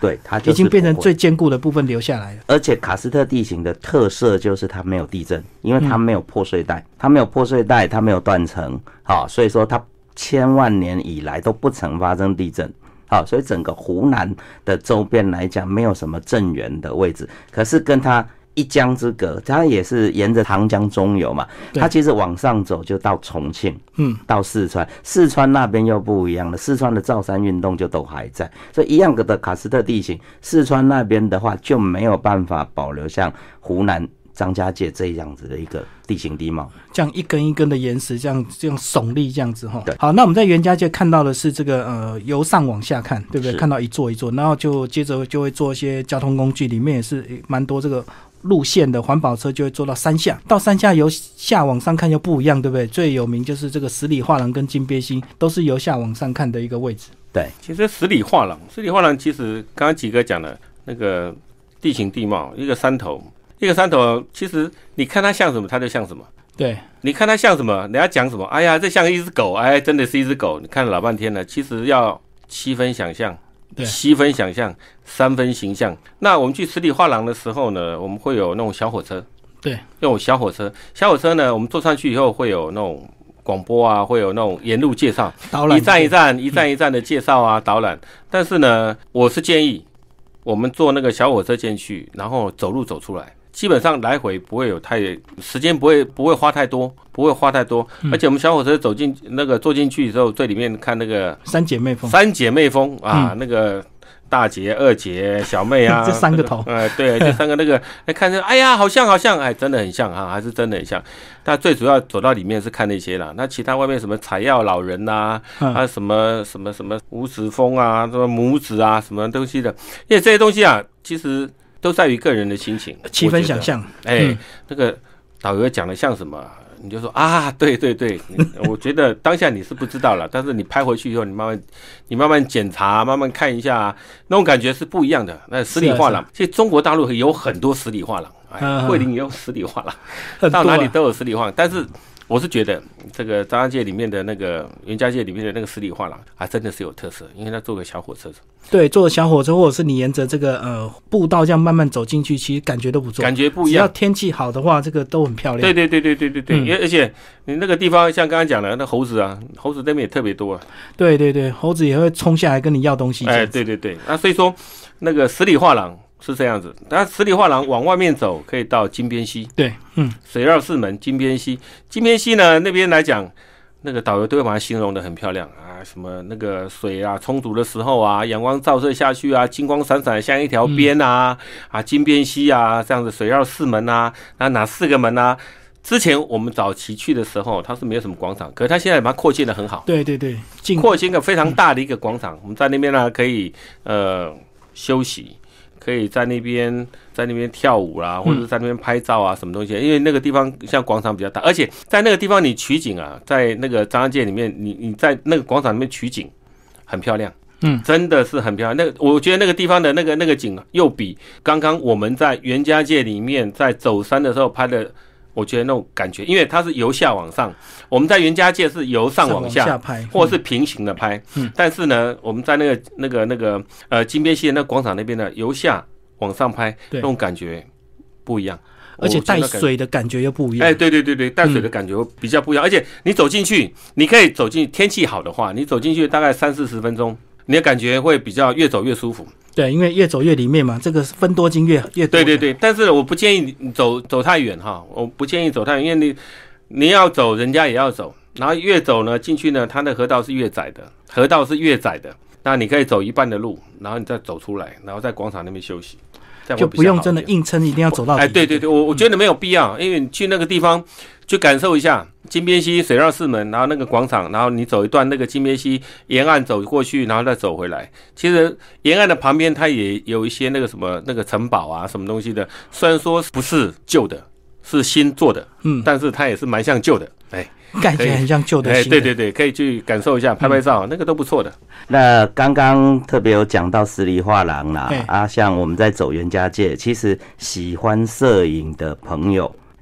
对，它就是已经变成最坚固的部分留下来了。 而且喀斯特地形的特色就是它没有地震，因为它没有破碎带，它没有破碎带，它没有断层，好，所以说它千万年以来都不曾发生地震。好，所以整个湖南的周边来讲，没有什么震源的位置，可是跟它一江之隔，它也是沿着长江中游嘛，它其实往上走就到重庆，到四川，四川那边又不一样了，四川的造山运动就都还在，所以一样的喀斯特地形，四川那边的话就没有办法保留像湖南张家界这样子的一个地形地貌， 这样一根一根的岩石，这样耸立这样子哈。好，那我们在袁家界看到的是这个由上往下看，对不对？看到一座一座，然后就接着就会做一些交通工具，里面也是蛮多这个路线的环保车就会坐到山下，到山下由下往上看又不一样，对不对？最有名就是这个十里画廊跟金鳖溪，都是由下往上看的一个位置。 对， 其实十里画廊其实刚刚几个讲的那个地形地貌，一个山头，其实你看它像什么，它就像什么。 对， 你看它像什么，人家讲什么，哎呀，这像一只狗，哎，真的是一只狗。你看了老半天了，其实要7分想象，7分想象，3分形象。那我们去十里画廊的时候呢，我们会有那种小火车， 对， 那种小火车呢，我们坐上去以后会有那种广播啊，会有那种沿路介绍， 导览， 一站的介绍啊，导览。但是呢，我是建议我们坐那个小火车进去，然后走路走出来。基本上来回不会有时间不会花太多，而且我们小火车坐进去之后，最里面看那个三姐妹峰啊，那个大姐、二姐、小妹啊， 这三个头， 对，这三个那个，看着，哎呀，好像，哎，真的很像啊，还是真的很像。但最主要走到里面是看那些啦，那其他外面什么采药老人呐，什么五指峰啊，什么拇指啊，什么东西的，因为这些东西啊，其实都在于个人的心情 ，7分想象。 那个导游讲的像什么，你就说啊，对，我觉得当下你是不知道了，但是你拍回去以后，你慢慢检查，慢慢看一下，那种感觉是不一样的。那十里画廊，其实中国大陆有很多十里画廊，桂林也有十里画廊，到哪里都有十里画廊，但是我是觉得这个张家界里面的那个袁家界里面的那个十里画廊还真的是有特色，因为它做个小火车， 对，坐小火车或者是你沿着这个步道这样慢慢走进去，其实感觉都不错， 感觉不一样。 只要天气好的话，这个都很漂亮。 对，而且你那个地方像刚刚讲的那猴子那边也特别多啊。 对，猴子也会冲下来跟你要东西。 对，那所以说那个十里画廊是这样子，那十里画廊往外面走可以到金边溪， 对， 水绕四门金边溪呢，那边来讲，那个导游都会把它形容的很漂亮啊，什么那个水啊充足的时候啊，阳光照射下去啊，金光闪闪像一条边啊，金边溪啊，这样子水绕四门啊，哪4个门啊？之前我们早期去的时候，它是没有什么广场，可是它现在把它扩建的很好， 对， 扩建个非常大的一个广场，我们在那边呢可以休息。可以在那边跳舞啦，或者在那边拍照啊，什么东西？因为那个地方像广场比较大，而且在那个地方你取景啊，在那个张家界里面，你在那个广场里面取景，很漂亮，真的是很漂亮。我觉得那个地方的那个景又比刚刚我们在袁家界里面在走山的时候拍的。我觉得那种感觉，因为它是由下往上，我们在袁家界是由上往下拍， 或者是平行的拍。但是呢，我们在那个金边溪的那个广场那边呢，由下往上拍，那种感觉不一样， 而且带水的感觉又不一样。 对，带水的感觉比较不一样。而且你走进去，你可以走进，天气好的话，你走进去大概30-40分钟，你的感觉会比较越走越舒服。 对，因为越走越里面嘛，这个分多金越多。 对，但是我不建议你走太远哈，我不建议走太远，因为你要走，人家也要走，然后越走呢进去呢，它的河道是越窄的，那你可以走一半的路，然后你再走出来，然后在广场那边休息， 就不用真的硬撑，一定要走到底。 对，我觉得没有必要，因为你去那个地方去感受一下金边溪水绕四门，然后那个广场，然后你走一段那个金边溪沿岸走过去，然后再走回来。其实沿岸的旁边它也有一些那个什么那个城堡啊，什么东西的，虽然说不是旧的，是新做的，但是它也是蛮像旧的， 盖起来很像旧的。 对，可以去感受一下，拍照，那个都不错的。 那刚刚特别有讲到十里画廊啦，像我们在走袁家界，其实喜欢摄影的朋友，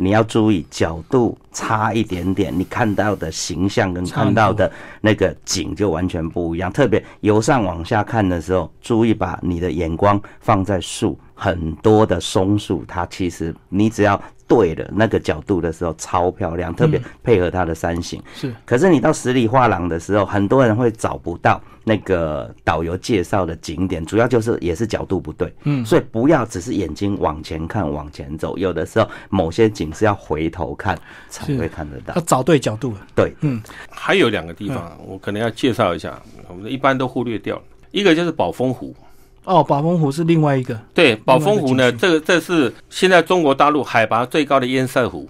你要注意角度差一点点，你看到的形象跟看到的那个景就完全不一样。特别由上往下看的时候，注意把你的眼光放在树，很多的松树，它其实你只要对了那个角度的时候超漂亮，特别配合它的山形。 是， 可是你到十里画廊的时候，很多人会找不到那个导游介绍的景点，主要就是也是角度不对。所以不要只是眼睛往前看往前走，有的时候某些景是要回头看才会看得到， 要找对角度。 对， 还有2个地方我可能要介绍一下，我们一般都忽略掉了。一个就是宝峰湖。 宝峰湖是另外一个。 对，宝峰湖呢，这是现在中国大陆海拔最高的堰塞湖，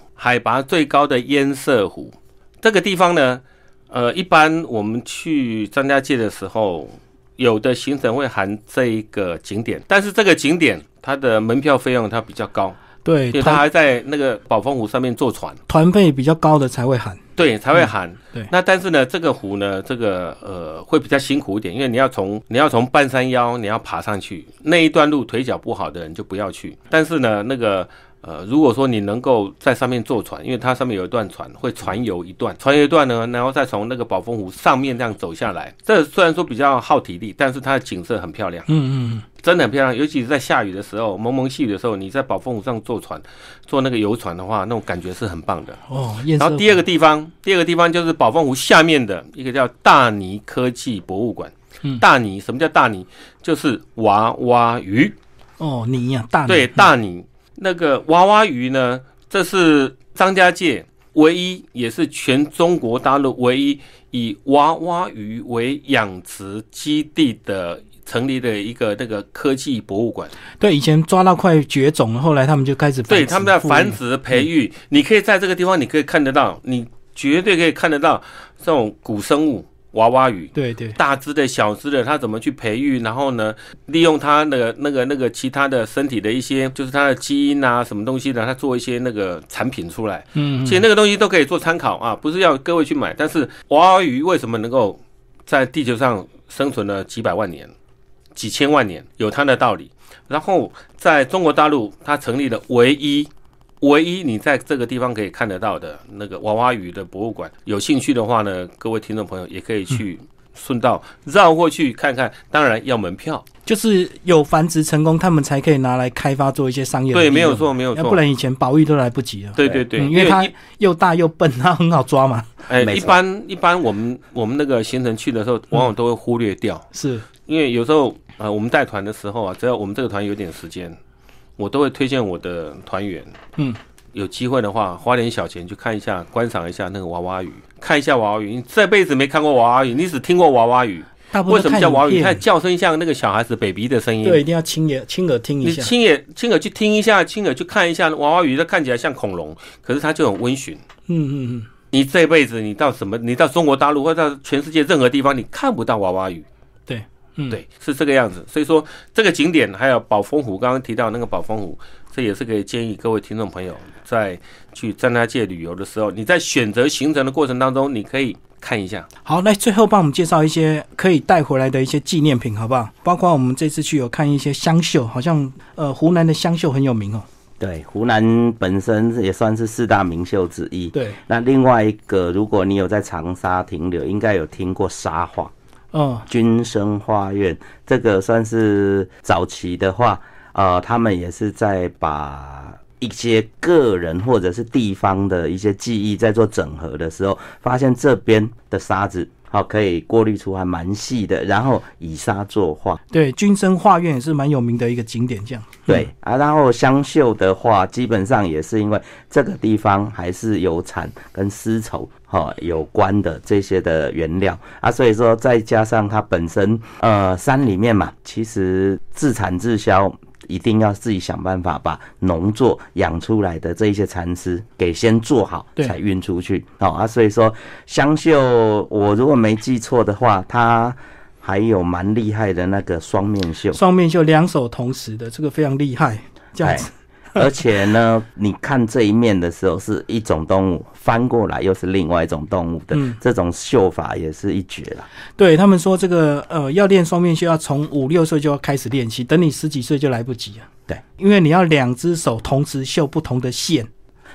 这个地方呢，一般我们去张家界的时候，有的行程会含这一个景点，但是这个景点它的门票费用它比较高。 对， 因为它还在那个宝峰湖上面坐船， 团费比较高的才会含。 对，才会含。 对， 那但是呢，这个湖呢，这个会比较辛苦一点，因为你要从半山腰你要爬上去，那一段路腿脚不好的人就不要去。但是呢，那个如果说你能够在上面坐船，因为它上面有一段船会船游一段呢，然后再从那个宝峰湖上面这样走下来，这虽然说比较耗体力，但是它的景色很漂亮。真的很漂亮，尤其是在下雨的时候，蒙蒙细雨的时候，你在宝峰湖上坐船，坐那个游船的话，那种感觉是很棒的。然后第二个地方就是宝峰湖下面的一个叫大尼科技博物馆。大尼，什么叫大尼？就是娃娃鱼。 泥啊，大尼。 对，大尼。那个娃娃鱼呢，这是张家界唯一，也是全中国大陆唯一以娃娃鱼为养殖基地的成立的一个那个科技博物馆。 对，以前抓到快绝种了，后来他们就开始对他们在繁殖培育。你可以在这个地方，你可以看得到，你绝对可以看得到这种古生物娃娃鱼。 对， 大只的小只的，它怎么去培育？然后呢，利用它的那个其他的身体的一些，就是它的基因啊，什么东西的，它做一些那个产品出来。其实那个东西都可以做参考啊，不是要各位去买。但是娃娃鱼为什么能够在地球上生存了几百万年？几千万年，有它的道理。然后在中国大陆，它成立了唯一你在这个地方可以看得到的那个娃娃鱼的博物馆。有兴趣的话呢，各位听众朋友也可以去顺道绕过去看看，当然要门票。 就是有繁殖成功，他们才可以拿来开发做一些商业的利用。 对，没有错，要不然以前保育都来不及了。 对， 因为它又大又笨，它很好抓嘛。 一般我们那个行程去的时候，往往都会忽略掉。 是因为有时候我们带团的时候啊，只要我们这个团有点时间，我都会推荐我的团员，有机会的话花点小钱去看一下，观赏一下那个娃娃鱼，看一下娃娃鱼。你这辈子没看过娃娃鱼，你只听过娃娃鱼。为什么叫娃娃鱼？它的叫声像那个小孩子 baby 的声音。 对，一定要亲耳听一下。 你亲耳去听一下，亲耳去看一下娃娃鱼，它看起来像恐龙，可是它就很温驯。你这辈子你到中国大陆或者到全世界任何地方，你看不到娃娃鱼。 对。 对，是这个样子。所以说这个景点还有宝峰湖，刚刚提到那个宝峰湖，这也是可以建议各位听众朋友在去张家界旅游的时候，你在选择行程的过程当中，你可以看一下。 好，来最后帮我们介绍一些可以带回来的一些纪念品，好不好？包括我们这次去有看一些香绣，好像湖南的香绣很有名哦。 对，湖南本身也算是4大名绣之一。 对， 那另外一个，如果你有在长沙停留，应该有听过沙画。君生花苑，这个算是早期的话，他们也是在把一些个人或者是地方的一些记忆在做整合的时候，发现这边的沙子可以过滤出还蛮细的，然后以沙作画。 对，君生画院也是蛮有名的一个景点，这样。 对然后香绣的话，基本上也是因为这个地方还是有产跟丝绸有关的这些的原料所以说再加上它本身山里面嘛，其实自产自销，一定要自己想办法把农作养出来的这一些蚕丝给先做好，才运出去所以说香绣，我如果没记错的话，它还有蛮厉害的那个双面绣， 两手同时的，这个非常厉害，这样子。 而且呢，你看这一面的时候是一种动物，翻过来又是另外一种动物的，这种绣法也是一绝啦。 对，他们说这个要练双面绣，要从5、6岁就要开始练习，等你10几岁就来不及了。 对， 因为你要2只手同时绣不同的线，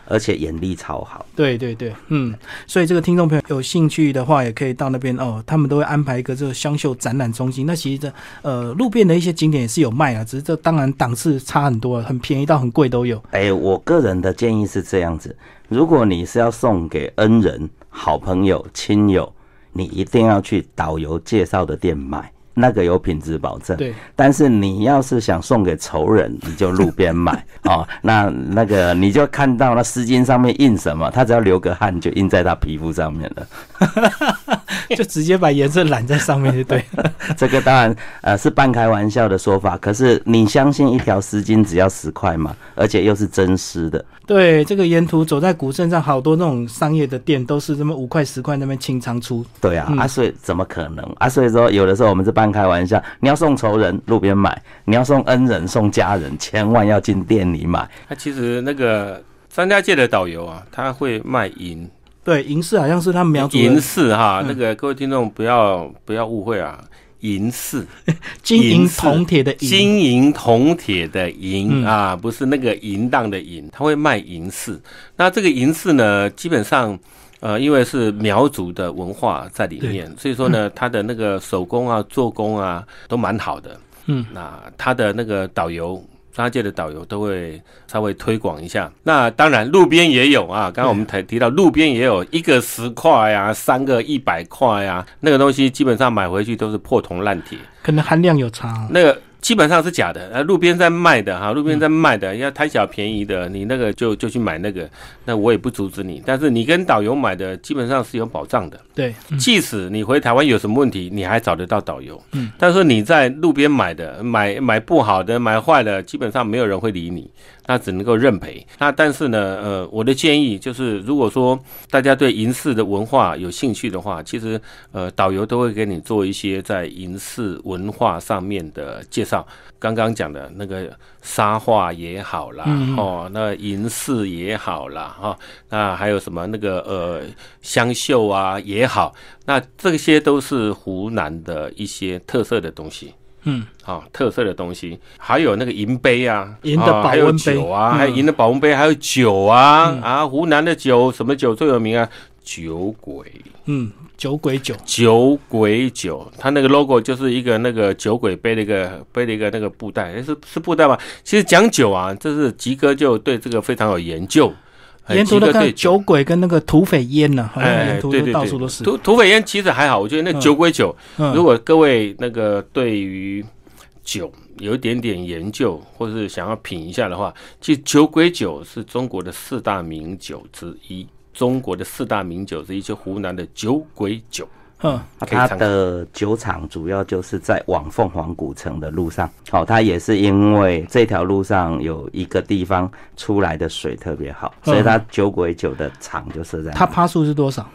而且眼力超好。 对对对，所以这个听众朋友有兴趣的话，也可以到那边哦，他们都会安排一个这个香秀展览中心。那其实这路边的一些景点也是有卖啊，只是这当然档次差很多，很便宜到很贵都有。 我个人的建议是这样子，如果你是要送给恩人、好朋友、亲友，你一定要去导游介绍的店买，那个有品质保证。 对， 但是你要是想送给仇人，你就路边买哦。那个你就看到那丝巾上面印什么，他只要流个汗就印在他皮肤上面了， 就直接把颜色染在上面就对。 这个当然是半开玩笑的说法，可是你相信一条丝巾只要10块吗？而且又是真丝的。 对，这个沿途走在古镇上，好多那种商业的店都是这么5块10块那边清仓出。 对啊，所以怎么可能啊？所以说有的时候我们是半开玩笑，你要送仇人路边买，你要送恩人送家人，千万要进店里买。 其实那个张家界的导游啊，他会卖银。 对，银饰好像是他们苗族的银饰哈，那个各位听众不要误会啊。银饰， 金银铜铁的银， 金银铜铁的银啊，不是那个淫荡的淫，他会卖银饰。那这个银饰呢，基本上因为是苗族的文化在里面，所以说呢，他的那个手工啊、做工啊都蛮好的。那他的那个导游。张家界的导游都会稍微推广一下，那当然路边也有啊。刚刚我们提到路边也有1个10块啊，3个100块啊，那个东西基本上买回去都是破铜烂铁， 可能含量有差。 那个基本上是假的，路边在卖的哈，路边在卖的，要贪小便宜的，你那个就去买那个，那我也不阻止你，但是你跟导游买的基本上是有保障的。 对， 即使你回台湾有什么问题，你还找得到导游。但是你在路边买的，买不好的，买坏了，基本上没有人会理你，那只能够认赔。那但是呢，我的建议就是，如果说大家对银饰的文化有兴趣的话，其实导游都会给你做一些在银饰文化上面的介绍。刚刚讲的那个沙画也好啦，那银饰也好啦，那还有什么那个香绣啊也好，那这些都是湖南的一些特色的东西。特色的东西，还有那个银杯啊， 银的保温杯， 还有酒啊，还有银的保温杯，还有酒啊，湖南的酒什么酒最有名啊？酒鬼。 酒鬼酒， 酒鬼酒，它那个 logo 就是一个那个酒鬼背了一个那个布袋，是布袋吗？其实讲酒啊，这是吉哥就对这个非常有研究。 沿途都看酒鬼跟那个土匪烟呢，好像沿途都到处都是。 土匪烟其实还好，我觉得那酒鬼酒，如果各位那个对于酒有一点点研究，或是想要品一下的话，其实酒鬼酒是中国的4大名酒之一。中国的4大名酒之一，就湖南的酒鬼酒。 它的酒厂主要就是在往凤凰古城的路上。它也是因为这条路上有一个地方出来的水特别好，所以它酒鬼酒的厂就设在那。 它趴数是多少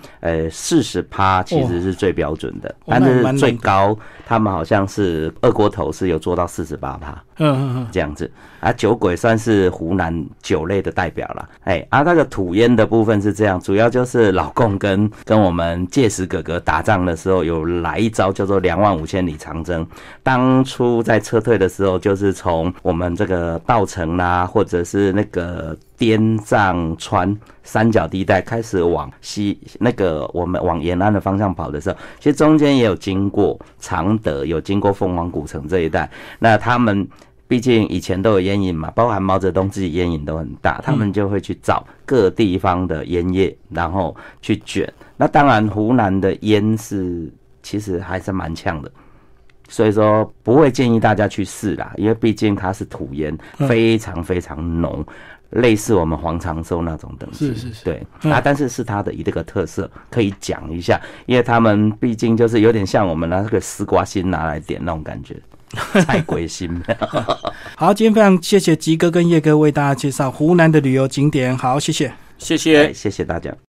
？40%其实是最标准的，但是最高他们好像是二锅头是有做到48%。这样子啊，酒鬼算是湖南酒类的代表了。那个土烟的部分是这样，主要就是老共跟我们介石哥哥打仗的时候有来一招叫做25000里长征。当初在撤退的时候，就是从我们这个稻城啦，或者是那个滇藏川三角地带开始往西，那个我们往延安的方向跑的时候，其实中间也有经过常德，有经过凤凰古城这一带。那他们毕竟以前都有烟瘾嘛，包含毛泽东自己烟瘾都很大，他们就会去找各地方的烟叶，然后去卷。那当然湖南的烟是其实还是蛮呛的，所以说不会建议大家去试啦，因为毕竟它是土烟，非常非常浓，类似我们黄长寿那种东西。 是对但是是它的一个特色，可以讲一下，因为他们毕竟就是有点像我们那个丝瓜心拿来点那种感觉。菜龟心。 好，今天非常谢谢吉哥跟叶哥为大家介绍湖南的旅游景点。好，谢谢谢谢大家。